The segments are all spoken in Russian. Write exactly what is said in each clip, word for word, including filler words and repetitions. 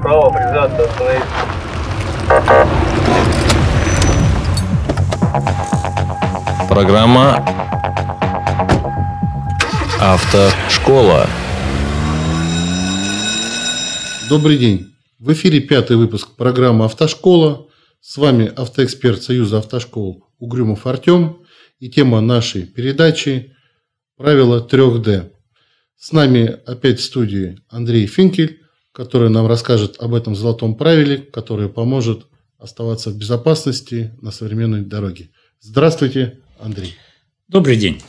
Право признаться, остановиться. Программа «Автошкола». Добрый день. В эфире пятый выпуск программы «Автошкола». С вами автоэксперт Союза автошкол Угрюмов Артем. И тема нашей передачи «Правило трех дэ». С нами опять в студии Андрей Финкель, который нам расскажет об этом золотом правиле, которое поможет оставаться в безопасности на современной дороге. Здравствуйте, Андрей. Добрый день.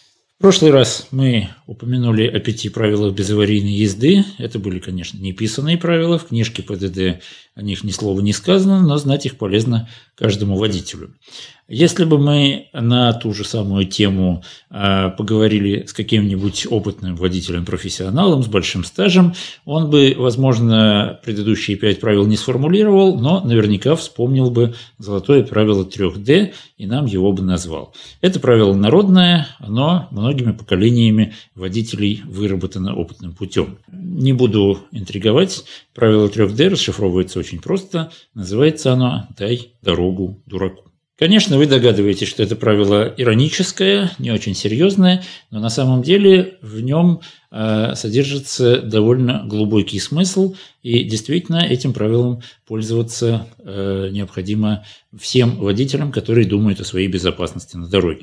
В прошлый раз мы упомянули о пяти правилах безаварийной езды. Это были, конечно, не писанные правила. В книжке пэ дэ дэ о них ни слова не сказано, но знать их полезно каждому водителю. Если бы мы на ту же самую тему э, поговорили с каким-нибудь опытным водителем-профессионалом, с большим стажем, он бы, возможно, предыдущие пять правил не сформулировал, но наверняка вспомнил бы золотое правило трех дэ и нам его бы назвал. Это правило народное, оно многими поколениями водителей выработано опытным путем. Не буду интриговать, правило трех дэ расшифровывается очень просто, называется оно «дай дорогу дураку». Конечно, вы догадываетесь, что это правило ироническое, не очень серьезное, но на самом деле в нем э, содержится довольно глубокий смысл, и действительно этим правилом пользоваться э, необходимо всем водителям, которые думают о своей безопасности на дороге.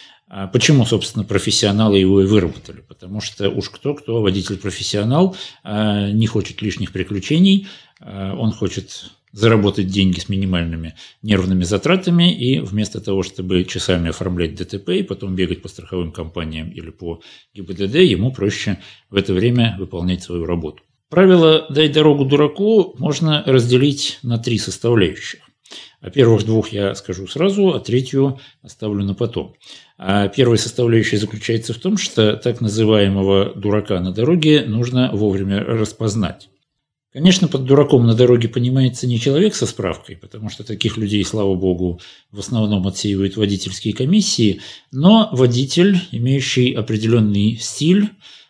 А почему, собственно, профессионалы его и выработали? Потому что уж кто-кто, водитель-профессионал э, не хочет лишних приключений, э, он хочет заработать деньги с минимальными нервными затратами, и вместо того, чтобы часами оформлять дэ тэ пэ и потом бегать по страховым компаниям или по гэ бэ дэ дэ, ему проще в это время выполнять свою работу. Правило «дай дорогу дураку» можно разделить на три составляющих. О первых двух я скажу сразу, а третью оставлю на потом. А первая составляющая заключается в том, что так называемого дурака на дороге нужно вовремя распознать. Конечно, под дураком на дороге понимается не человек со справкой, потому что таких людей, слава богу, в основном отсеивают водительские комиссии, но водитель, имеющий определенный стиль,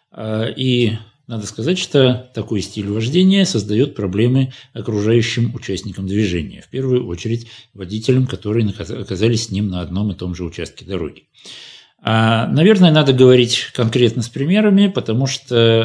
и надо сказать, что такой стиль вождения создает проблемы окружающим участникам движения, в первую очередь водителям, которые оказались с ним на одном и том же участке дороги. Наверное, надо говорить конкретно с примерами, потому что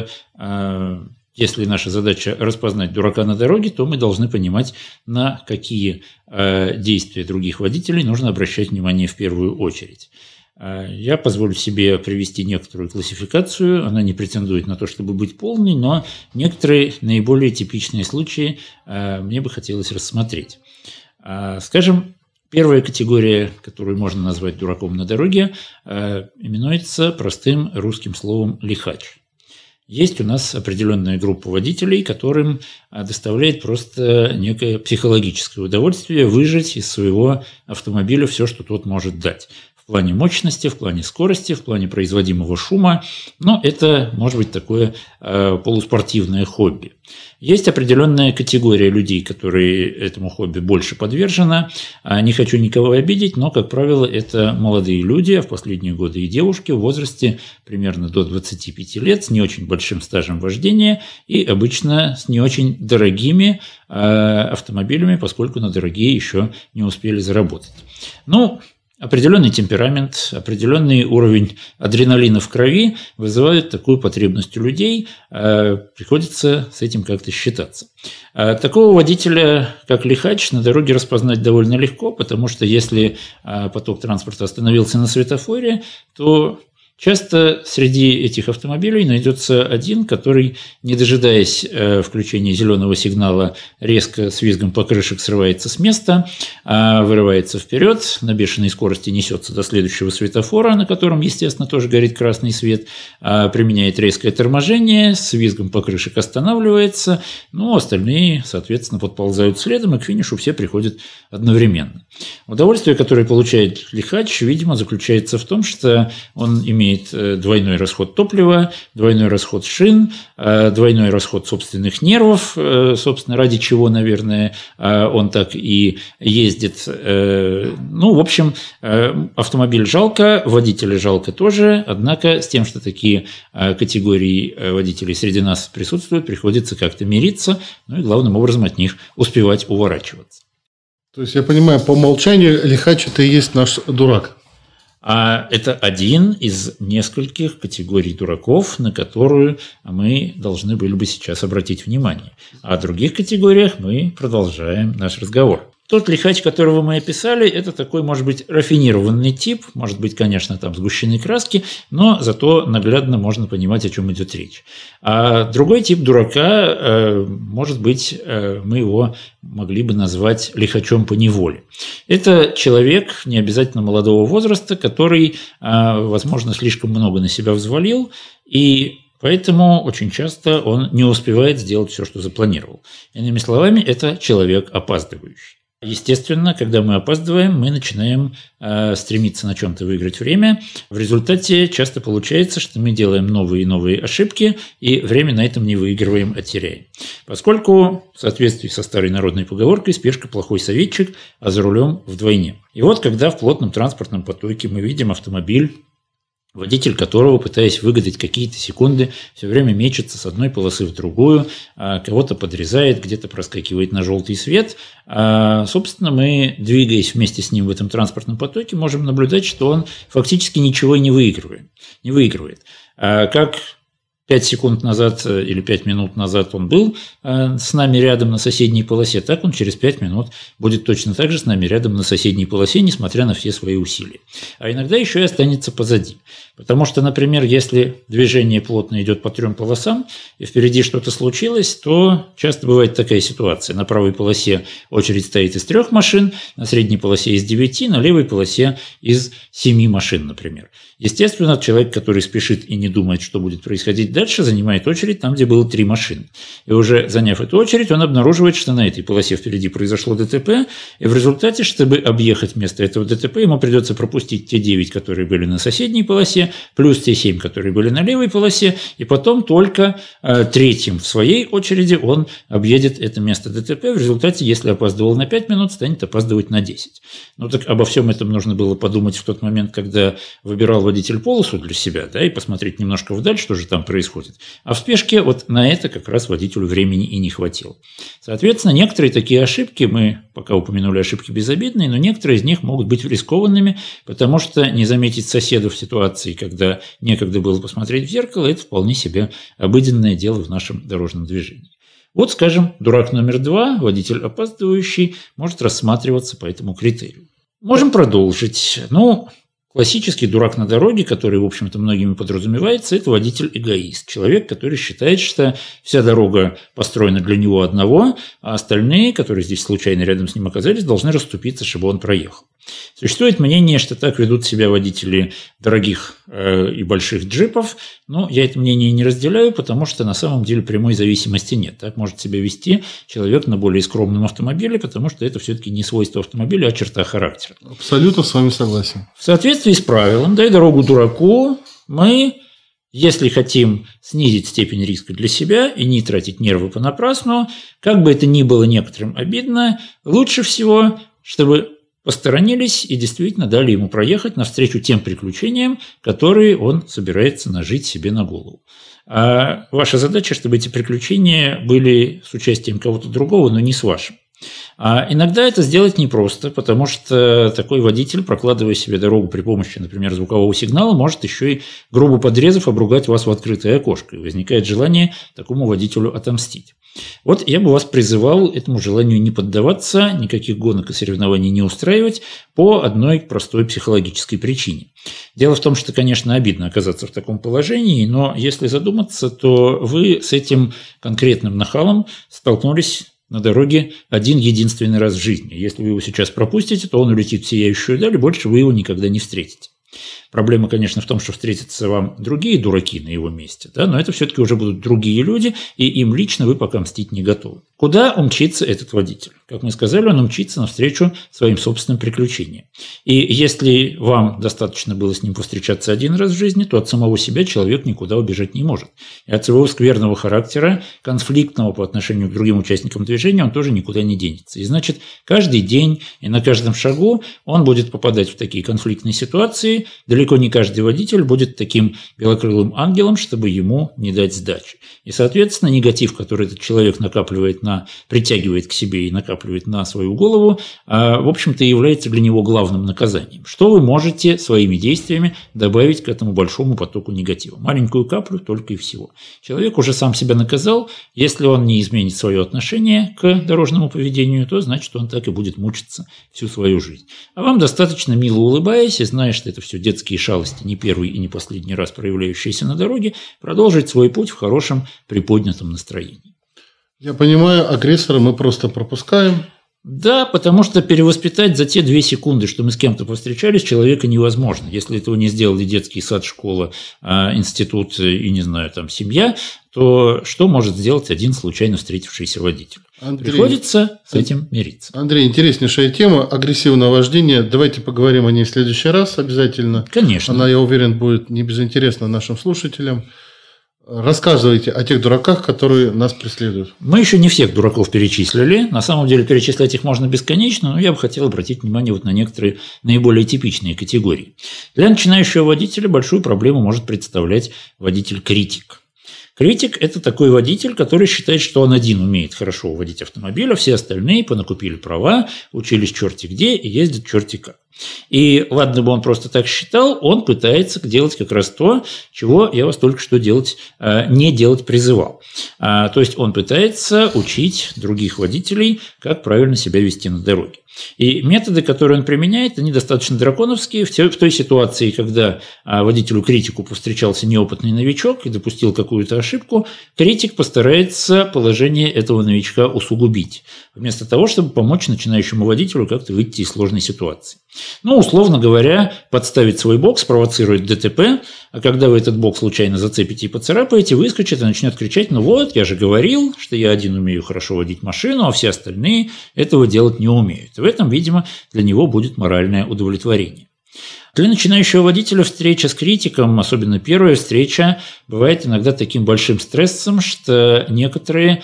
если наша задача распознать дурака на дороге, то мы должны понимать, на какие э, действия других водителей нужно обращать внимание в первую очередь. Э, я позволю себе привести некоторую классификацию. Она не претендует на то, чтобы быть полной, но некоторые наиболее типичные случаи э, мне бы хотелось рассмотреть. Э, скажем, первая категория, которую можно назвать дураком на дороге, э, именуется простым русским словом «лихач». Есть у нас определенная группа водителей, которым доставляет просто некое психологическое удовольствие выжать из своего автомобиля все, что тот может дать. В плане мощности, в плане скорости, в плане производимого шума. Но это может быть такое э, полуспортивное хобби. Есть определенная категория людей, которые этому хобби больше подвержены. Не хочу никого обидеть, но, как правило, это молодые люди, а в последние годы и девушки в возрасте примерно до двадцати пяти лет, с не очень большим стажем вождения и обычно с не очень дорогими э, автомобилями, поскольку на дорогие еще не успели заработать. Ну, определенный темперамент, определенный уровень адреналина в крови вызывают такую потребность у людей, приходится с этим как-то считаться. Такого водителя, как лихач, на дороге распознать довольно легко, потому что если поток транспорта остановился на светофоре, то часто среди этих автомобилей найдется один, который, не дожидаясь э, включения зеленого сигнала, резко с визгом покрышек срывается с места, э, вырывается вперед, на бешеной скорости несется до следующего светофора, на котором, естественно, тоже горит красный свет, э, применяет резкое торможение, с визгом покрышек останавливается, ну, остальные, соответственно, подползают следом, и к финишу все приходят одновременно. Удовольствие, которое получает лихач, видимо, заключается в том, что он имеет имеет двойной расход топлива, двойной расход шин, двойной расход собственных нервов, собственно, ради чего, наверное, он так и ездит. Ну, в общем, автомобиль жалко, водителя жалко тоже, однако с тем, что такие категории водителей среди нас присутствуют, приходится как-то мириться, ну и главным образом от них успевать уворачиваться. То есть, я понимаю, по умолчанию лихач – это и есть наш дурак. А это один из нескольких категорий дураков, на которую мы должны были бы сейчас обратить внимание. А о других категориях мы продолжаем наш разговор. Тот лихач, которого мы описали, это такой, может быть, рафинированный тип, может быть, конечно, там сгущенные краски, но зато наглядно можно понимать, о чем идет речь. А другой тип дурака, может быть, мы его могли бы назвать лихачом по неволе. Это человек, не обязательно молодого возраста, который, возможно, слишком много на себя взвалил, и поэтому очень часто он не успевает сделать все, что запланировал. Иными словами, это человек опаздывающий. Естественно, когда мы опаздываем, мы начинаем э, стремиться на чем-то выиграть время. В результате часто получается, что мы делаем новые и новые ошибки, и время на этом не выигрываем, а теряем. Поскольку в соответствии со старой народной поговоркой «спешка – плохой советчик, а за рулем вдвойне». И вот, когда в плотном транспортном потоке мы видим автомобиль, водитель которого, пытаясь выгадать какие-то секунды, все время мечется с одной полосы в другую, кого-то подрезает, где-то проскакивает на желтый свет. Собственно, мы, двигаясь вместе с ним в этом транспортном потоке, можем наблюдать, что он фактически ничего не выигрывает. Не выигрывает. Как пять секунд назад или пять минут назад он был с нами рядом на соседней полосе, так он через пять минут будет точно так же с нами рядом на соседней полосе, несмотря на все свои усилия. А иногда еще и останется позади. Потому что, например, если движение плотно идет по трем полосам, и впереди что-то случилось, то часто бывает такая ситуация. На правой полосе очередь стоит из трех машин, на средней полосе из девяти, на левой полосе из семи машин, например. Естественно, человек, который спешит и не думает, что будет происходить дальше, занимает очередь там, где было три машины. И уже заняв эту очередь, он обнаруживает, что на этой полосе впереди произошло ДТП, и в результате, чтобы объехать место этого ДТП, ему придется пропустить те девять, которые были на соседней полосе, плюс те семь, которые были на левой полосе, и потом только э, третьим в своей очереди он объедет это место ДТП. В результате, если опаздывал на пять минут, станет опаздывать на десять. Ну так обо всем этом нужно было подумать в тот момент, когда выбирал водитель полосу для себя, да, и посмотреть немножко вдаль, что же там происходит. А в спешке вот на это как раз водителю времени и не хватило. Соответственно, некоторые такие ошибки, мы пока упомянули ошибки безобидные, но некоторые из них могут быть рискованными, потому что не заметить соседа в ситуации, когда некогда было посмотреть в зеркало, это вполне себе обыденное дело в нашем дорожном движении. Вот, скажем, дурак номер два, водитель опаздывающий, может рассматриваться по этому критерию. Можем продолжить. Ну, классический дурак на дороге, который, в общем-то, многими подразумевается, это водитель-эгоист. Человек, который считает, что вся дорога построена для него одного, а остальные, которые здесь случайно рядом с ним оказались, должны расступиться, чтобы он проехал. Существует мнение, что так ведут себя водители дорогих э, и больших джипов, но я это мнение не разделяю, потому что на самом деле прямой зависимости нет. Так может себя вести человек на более скромном автомобиле, потому что это все-таки не свойство автомобиля, а черта характера. Абсолютно с вами согласен. В соответствии с правилом «дай дорогу дураку», мы, если хотим снизить степень риска для себя и не тратить нервы понапрасну, как бы это ни было некоторым обидно, лучше всего, чтобы посторонились и действительно дали ему проехать навстречу тем приключениям, которые он собирается нажить себе на голову. А ваша задача, чтобы эти приключения были с участием кого-то другого, но не с вашим. А иногда это сделать непросто, потому что такой водитель, прокладывая себе дорогу при помощи, например, звукового сигнала, может еще и, грубо подрезав, обругать вас в открытое окошко. И возникает желание такому водителю отомстить. Вот я бы вас призывал этому желанию не поддаваться, никаких гонок и соревнований не устраивать по одной простой психологической причине. Дело в том, что, конечно, обидно оказаться в таком положении, но если задуматься, то вы с этим конкретным нахалом столкнулись на дороге один единственный раз в жизни. Если вы его сейчас пропустите, то он улетит в сияющую даль, и больше вы его никогда не встретите. Проблема, конечно, в том, что встретятся вам другие дураки на его месте, да, но это все-таки уже будут другие люди, и им лично вы пока мстить не готовы. Куда умчится этот водитель? Как мы сказали, он умчится навстречу своим собственным приключениям. И если вам достаточно было с ним повстречаться один раз в жизни, то от самого себя человек никуда убежать не может. И от своего скверного характера, конфликтного по отношению к другим участникам движения, он тоже никуда не денется. И значит, каждый день и на каждом шагу он будет попадать в такие конфликтные ситуации. Далеко не каждый водитель будет таким белокрылым ангелом, чтобы ему не дать сдачи. И, соответственно, негатив, который этот человек накапливает на, притягивает к себе и накапливает на свою голову, в общем-то, является для него главным наказанием. Что вы можете своими действиями добавить к этому большому потоку негатива? Маленькую каплю только и всего. Человек уже сам себя наказал. Если он не изменит свое отношение к дорожному поведению, то значит, он так и будет мучиться всю свою жизнь. А вам достаточно мило улыбаясь и зная, что это все детские шалости, не первый и не последний раз проявляющиеся на дороге, продолжить свой путь в хорошем приподнятом настроении. Я понимаю, агрессора мы просто пропускаем. Да, потому что перевоспитать за те две секунды, что мы с кем-то повстречались, человека невозможно. Если этого не сделали детский сад, школа, институт и, не знаю, там семья, то что может сделать один случайно встретившийся водитель? Андрей, Приходится с этим мириться. Андрей, интереснейшая тема – агрессивное вождение. Давайте поговорим о ней в следующий раз обязательно. Конечно. Она, я уверен, будет не безинтересна нашим слушателям. Рассказывайте о тех дураках, которые нас преследуют. Мы еще не всех дураков перечислили. На самом деле перечислять их можно бесконечно, но я бы хотел обратить внимание вот на некоторые наиболее типичные категории. Для начинающего водителя большую проблему может представлять водитель-критик. Критик – это такой водитель, который считает, что он один умеет хорошо водить автомобиль, а все остальные понакупили права, учились черти где и ездят черти как. И ладно бы он просто так считал, он пытается делать как раз то, чего я вас только что делать, не делать призывал. То есть он пытается учить других водителей, как правильно себя вести на дороге. И методы, которые он применяет, они достаточно драконовские. В той ситуации, когда водителю-критику повстречался неопытный новичок и допустил какую-то ошибку, критик постарается положение этого новичка усугубить, вместо того, чтобы помочь начинающему водителю как-то выйти из сложной ситуации. Ну, условно говоря, подставить свой бок, спровоцировать ДТП, а когда вы этот бок случайно зацепите и поцарапаете, выскочит и начнет кричать: ну вот, я же говорил, что я один умею хорошо водить машину, а все остальные этого делать не умеют. И в этом, видимо, для него будет моральное удовлетворение. Для начинающего водителя встреча с критиком, особенно первая встреча, бывает иногда таким большим стрессом, что некоторые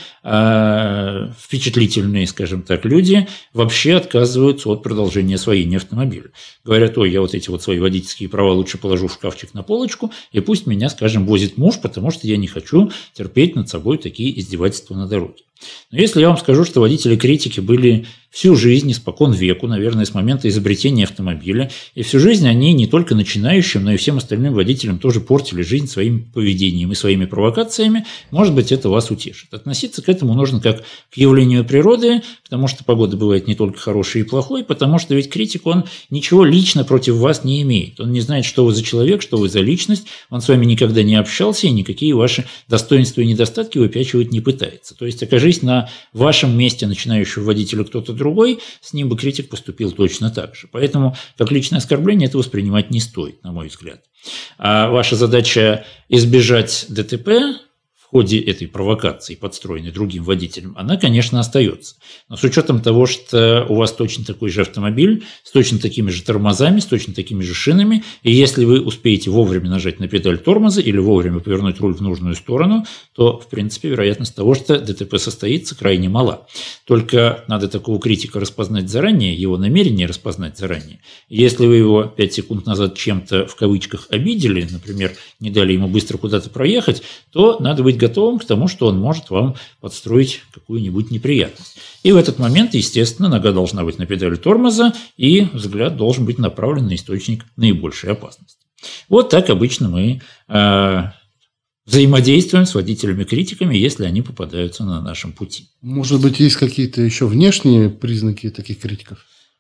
э, впечатлительные, скажем так, люди вообще отказываются от продолжения освоения автомобиля. Говорят: ой, я вот эти вот свои водительские права лучше положу в шкафчик на полочку, и пусть меня, скажем, возит муж, потому что я не хочу терпеть над собой такие издевательства на дороге. Но если я вам скажу, что водители-критики были всю жизнь, испокон веку, наверное, с момента изобретения автомобиля, и всю жизнь они не только начинающим, но и всем остальным водителям тоже портили жизнь своим поведением и своими провокациями, может быть, это вас утешит. Относиться к этому нужно как к явлению природы, потому что погода бывает не только хорошей и плохой, потому что ведь критик, он ничего лично против вас не имеет. Он не знает, что вы за человек, что вы за личность, он с вами никогда не общался и никакие ваши достоинства и недостатки выпячивать не пытается. То есть, окажись на вашем месте начинающего водителя кто-то другой, с ним бы критик поступил точно так же. Поэтому как личное оскорбление это воспринимать не стоит, на мой взгляд. А ваша задача избежать ДТП в ходе этой провокации, подстроенной другим водителем, она, конечно, остается. Но с учетом того, что у вас точно такой же автомобиль, с точно такими же тормозами, с точно такими же шинами, и если вы успеете вовремя нажать на педаль тормоза или вовремя повернуть руль в нужную сторону, то, в принципе, вероятность того, что ДТП состоится, крайне мала. Только надо такого критика распознать заранее, его намерение распознать заранее. Если вы его пять секунд назад чем-то, в кавычках, обидели, например, не дали ему быстро куда-то проехать, то надо быть готовым к тому, что он может вам подстроить какую-нибудь неприятность. И в этот момент, естественно, нога должна быть на педали тормоза, и взгляд должен быть направлен на источник наибольшей опасности. Вот так обычно мы э, взаимодействуем с водителями-критиками, если они попадаются на нашем пути. Может быть, есть какие-то еще внешние признаки таких критиков?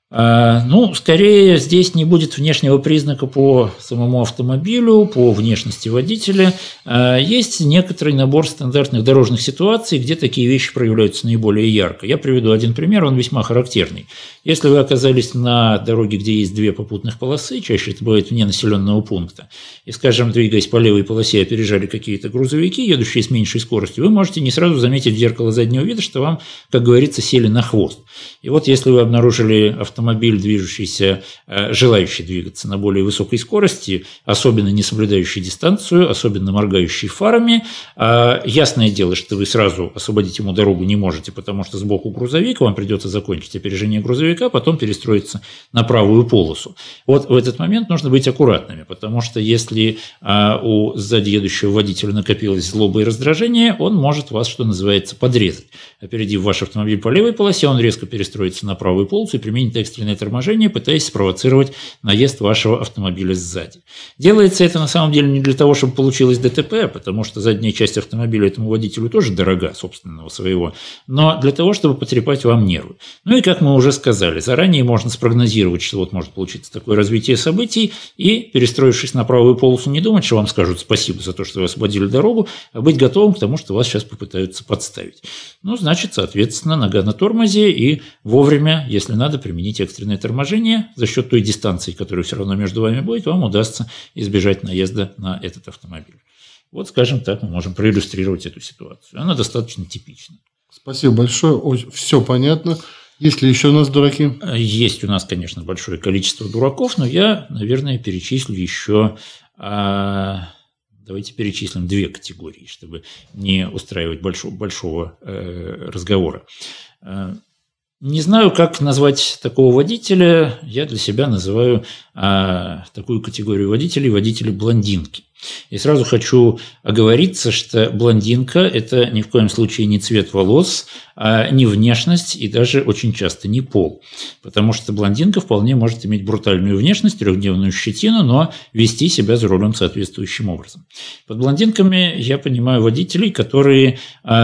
Ну, скорее, здесь не будет внешнего признака по самому автомобилю, по внешности водителя. Есть некоторый набор стандартных дорожных ситуаций, где такие вещи проявляются наиболее ярко. Я приведу один пример, он весьма характерный. Если вы оказались на дороге, где есть две попутных полосы, чаще это бывает вне населенного пункта, и, скажем, двигаясь по левой полосе, опережали какие-то грузовики, едущие с меньшей скоростью, вы можете не сразу заметить в зеркало заднего вида, что вам, как говорится, сели на хвост. И вот если вы обнаружили автомобиль, движущийся, желающий двигаться на более высокой скорости, особенно не соблюдающий дистанцию, особенно моргающий фарами, ясное дело, что вы сразу освободить ему дорогу не можете, потому что сбоку грузовик, вам придется закончить опережение грузовика, потом перестроиться на правую полосу. Вот в этот момент нужно быть аккуратными, потому что если у сзади едущего водителя накопилось злоба и раздражение, он может вас, что называется, подрезать. Опередив ваш автомобиль по левой полосе, он резко перестроится на правую полосу и применит экстренное торможение, пытаясь спровоцировать наезд вашего автомобиля сзади. Делается это на самом деле не для того, чтобы получилось ДТП, потому что задняя часть автомобиля этому водителю тоже дорога, собственного своего, но для того, чтобы потрепать вам нервы. Ну и, как мы уже сказали, заранее можно спрогнозировать, что вот может получиться такое развитие событий, и, перестроившись на правую полосу, не думать, что вам скажут спасибо за то, что вы освободили дорогу, а быть готовым к тому, что вас сейчас попытаются подставить. Ну, значит, соответственно, нога на тормозе и вовремя, если надо, применить экстренное торможение. За счет той дистанции, которая все равно между вами будет, вам удастся избежать наезда на этот автомобиль. Вот, скажем так, мы можем проиллюстрировать эту ситуацию. Она достаточно типична. Спасибо большое. Все понятно. Есть ли еще у нас дураки? Есть у нас, конечно, большое количество дураков, но я, наверное, перечислю еще... Давайте перечислим две категории, чтобы не устраивать большого, большого э, разговора. Не знаю, как назвать такого водителя. Я для себя называю а, такую категорию водителей – водители-блондинки. И сразу хочу оговориться, что блондинка – это ни в коем случае не цвет волос, а не внешность и даже очень часто не пол. Потому что блондинка вполне может иметь брутальную внешность, трехдневную щетину, но вести себя за рулем соответствующим образом. Под блондинками я понимаю водителей, которые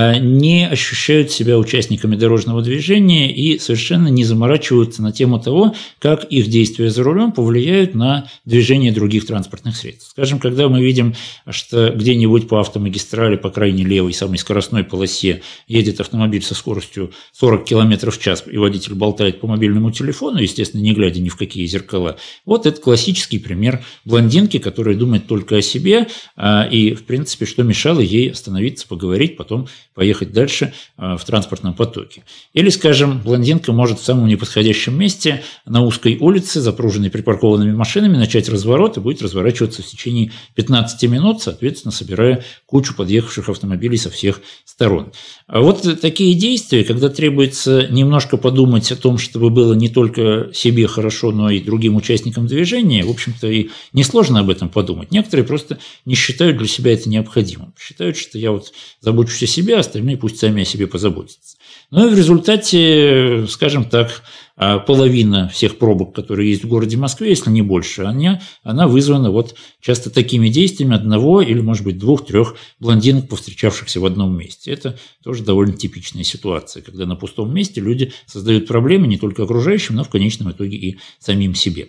не ощущают себя участниками дорожного движения и совершенно не заморачиваются на тему того, как их действия за рулем повлияют на движение других транспортных средств. Скажем, когда мы видим, что где-нибудь по автомагистрали, по крайней левой, самой скоростной полосе едет автомобиль со скоростью сорок километров в час, и водитель болтает по мобильному телефону, естественно, не глядя ни в какие зеркала. Вот это классический пример блондинки, которая думает только о себе, и, в принципе, что мешало ей остановиться, поговорить, потом поехать дальше в транспортном потоке. Или, скажем, блондинка может в самом неподходящем месте на узкой улице, запруженной припаркованными машинами, начать разворот и будет разворачиваться в течение пятнадцати минут, соответственно, собирая кучу подъехавших автомобилей со всех сторон. А вот такие действия, когда требуется немножко подумать о том, чтобы было не только себе хорошо, но и другим участникам движения, в общем-то, и несложно об этом подумать. Некоторые просто не считают для себя это необходимым. Считают, что я вот забочусь о себе, а остальные пусть сами о себе позаботятся. Ну и в результате, скажем так, половина всех пробок, которые есть в городе Москве, если не больше, она, она вызвана вот часто такими действиями одного или, может быть, двух-трех блондинок, повстречавшихся в одном месте. Это тоже довольно типичная ситуация, когда на пустом месте люди создают проблемы не только окружающим, но в конечном итоге и самим себе.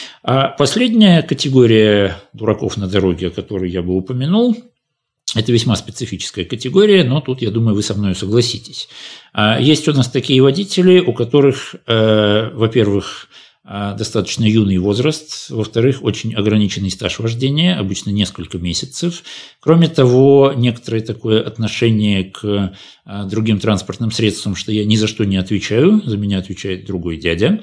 А последняя категория дураков на дороге, о которой я бы упомянул, это весьма специфическая категория, но тут, я думаю, вы со мной согласитесь. Есть у нас такие водители, у которых, во-первых, достаточно юный возраст, во-вторых, очень ограниченный стаж вождения, обычно несколько месяцев. Кроме того, некоторое такое отношение к другим транспортным средствам, что я ни за что не отвечаю, за меня отвечает другой дядя.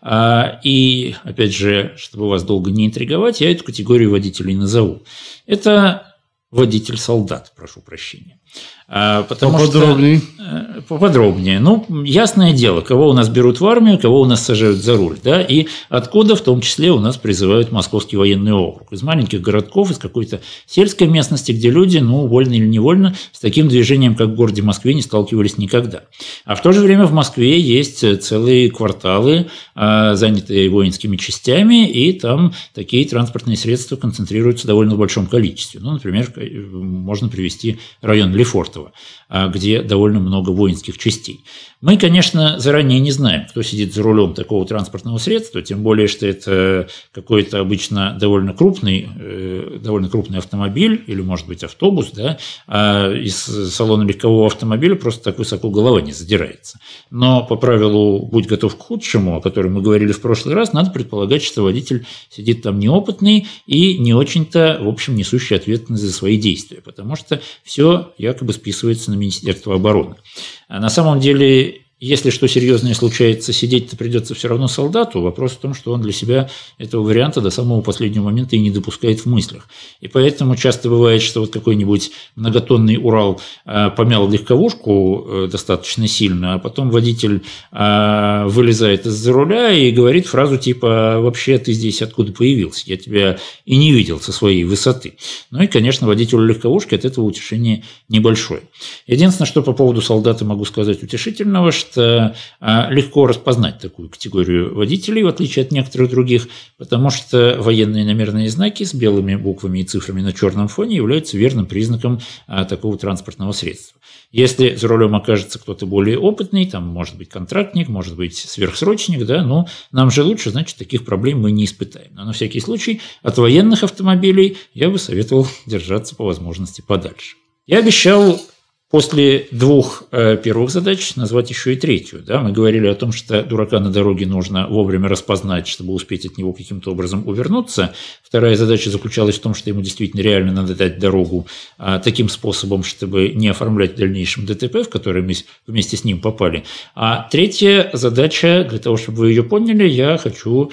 И, опять же, чтобы вас долго не интриговать, я эту категорию водителей назову. Это водитель-солдат, прошу прощения. Потому поподробнее. Что, поподробнее. Ну, ясное дело, кого у нас берут в армию, кого у нас сажают за руль. Да? И откуда, в том числе, у нас призывают Московский военный округ. Из маленьких городков, из какой-то сельской местности, где люди, ну, вольно или невольно, с таким движением, как в городе Москве, не сталкивались никогда. А в то же время в Москве есть целые кварталы, занятые воинскими частями, и там такие транспортные средства концентрируются в довольно большом количестве. Ну, например, можно привести район Лефортово, где довольно много воинских частей. Мы, конечно, заранее не знаем, кто сидит за рулем такого транспортного средства, тем более, что это какой-то обычно довольно крупный, довольно крупный автомобиль или, может быть, автобус, да, а из салона легкового автомобиля просто так высоко голова не задирается. Но по правилу «будь готов к худшему», о котором мы говорили в прошлый раз, надо предполагать, что водитель сидит там неопытный и не очень-то, в общем, несущий ответственность за свои действия, потому что все якобы списывается на Министерство обороны. А на самом деле, если что серьезное случается, сидеть-то придется все равно солдату. Вопрос в том, что он для себя этого варианта до самого последнего момента и не допускает в мыслях. И поэтому часто бывает, что вот какой-нибудь многотонный Урал помял легковушку достаточно сильно, а потом водитель вылезает из-за руля и говорит фразу типа «вообще ты здесь откуда появился? Я тебя и не видел со своей высоты». Ну и, конечно, водителю легковушки от этого утешения небольшое. Единственное, что по поводу солдата могу сказать утешительного, что легко распознать такую категорию водителей, в отличие от некоторых других, потому что военные номерные знаки с белыми буквами и цифрами на черном фоне являются верным признаком такого транспортного средства. Если за рулем окажется кто-то более опытный, там может быть контрактник, может быть сверхсрочник, да, ну нам же лучше, значит, таких проблем мы не испытаем. Но на всякий случай от военных автомобилей я бы советовал держаться по возможности подальше. Я обещал после двух э, первых задач назвать еще и третью. Да? Мы говорили о том, что дурака на дороге нужно вовремя распознать, чтобы успеть от него каким-то образом увернуться. Вторая задача заключалась в том, что ему действительно реально надо дать дорогу а, таким способом, чтобы не оформлять в дальнейшем ДТП, в который мы вместе с ним попали. А третья задача, для того, чтобы вы ее поняли, я хочу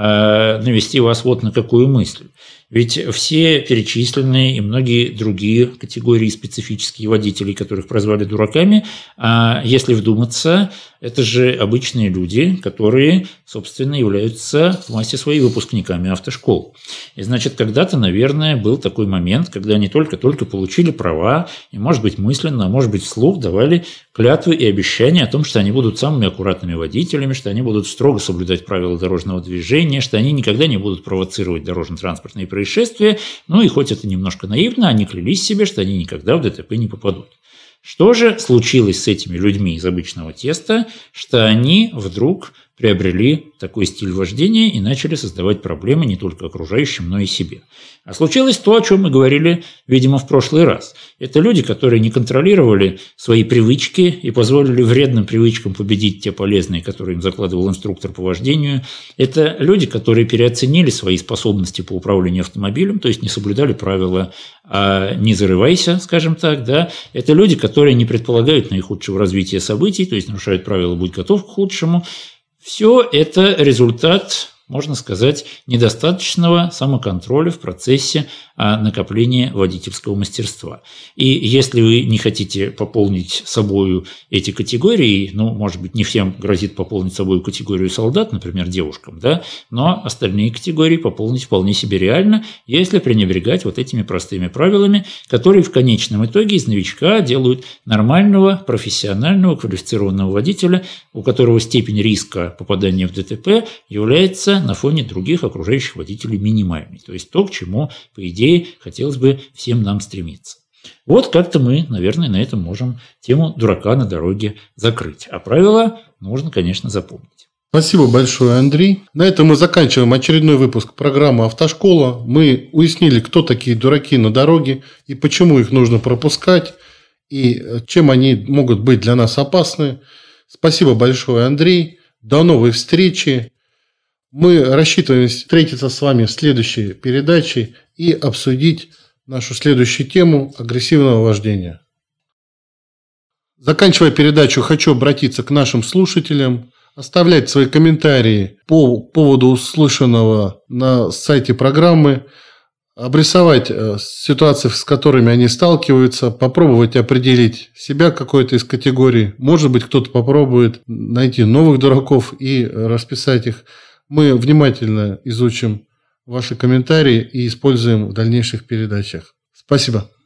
э, навести вас вот на какую мысль. Ведь все перечисленные и многие другие категории специфические водителей, которых прозвали дураками, если вдуматься, это же обычные люди, которые, собственно, являются в массе своей выпускниками автошкол. И, значит, когда-то, наверное, был такой момент, когда они только-только получили права и, может быть, мысленно, а может быть, вслух давали клятвы и обещания о том, что они будут самыми аккуратными водителями, что они будут строго соблюдать правила дорожного движения, что они никогда не будут провоцировать дорожно-транспортные происшествия. Ну и хоть это немножко наивно, они клялись себе, что они никогда в ДТП не попадут. Что же случилось с этими людьми из обычного теста, что они вдруг приобрели такой стиль вождения и начали создавать проблемы не только окружающим, но и себе? А случилось то, о чем мы говорили, видимо, в прошлый раз. Это люди, которые не контролировали свои привычки и позволили вредным привычкам победить те полезные, которые им закладывал инструктор по вождению. Это люди, которые переоценили свои способности по управлению автомобилем, то есть не соблюдали правила а «не зарывайся», скажем так. Да? Это люди, которые не предполагают наихудшего развития событий, то есть нарушают правила «будь готов к худшему». Все это результат, можно сказать, недостаточного самоконтроля в процессе накопления водительского мастерства. И если вы не хотите пополнить собою эти категории, ну, может быть, не всем грозит пополнить собою категорию солдат, например, девушкам, да, но остальные категории пополнить вполне себе реально, если пренебрегать вот этими простыми правилами, которые в конечном итоге из новичка делают нормального, профессионального, квалифицированного водителя, у которого степень риска попадания в ДТП является на фоне других окружающих водителей минимальной. То есть то, к чему, по идее, хотелось бы всем нам стремиться. Вот как-то мы, наверное, на этом можем тему дурака на дороге закрыть. А правила нужно, конечно, запомнить. Спасибо большое, Андрей. На этом мы заканчиваем очередной выпуск программы «Автошкола». Мы уяснили, кто такие дураки на дороге и почему их нужно пропускать, и чем они могут быть для нас опасны. Спасибо большое, Андрей. До новой встречи. Мы рассчитываем встретиться с вами в следующей передаче и обсудить нашу следующую тему агрессивного вождения. Заканчивая передачу, хочу обратиться к нашим слушателям, оставлять свои комментарии по поводу услышанного на сайте программы, обрисовать ситуации, с которыми они сталкиваются, попробовать определить себя какой-то из категорий. Может быть, кто-то попробует найти новых дураков и расписать их. Мы внимательно изучим ваши комментарии и используем в дальнейших передачах. Спасибо.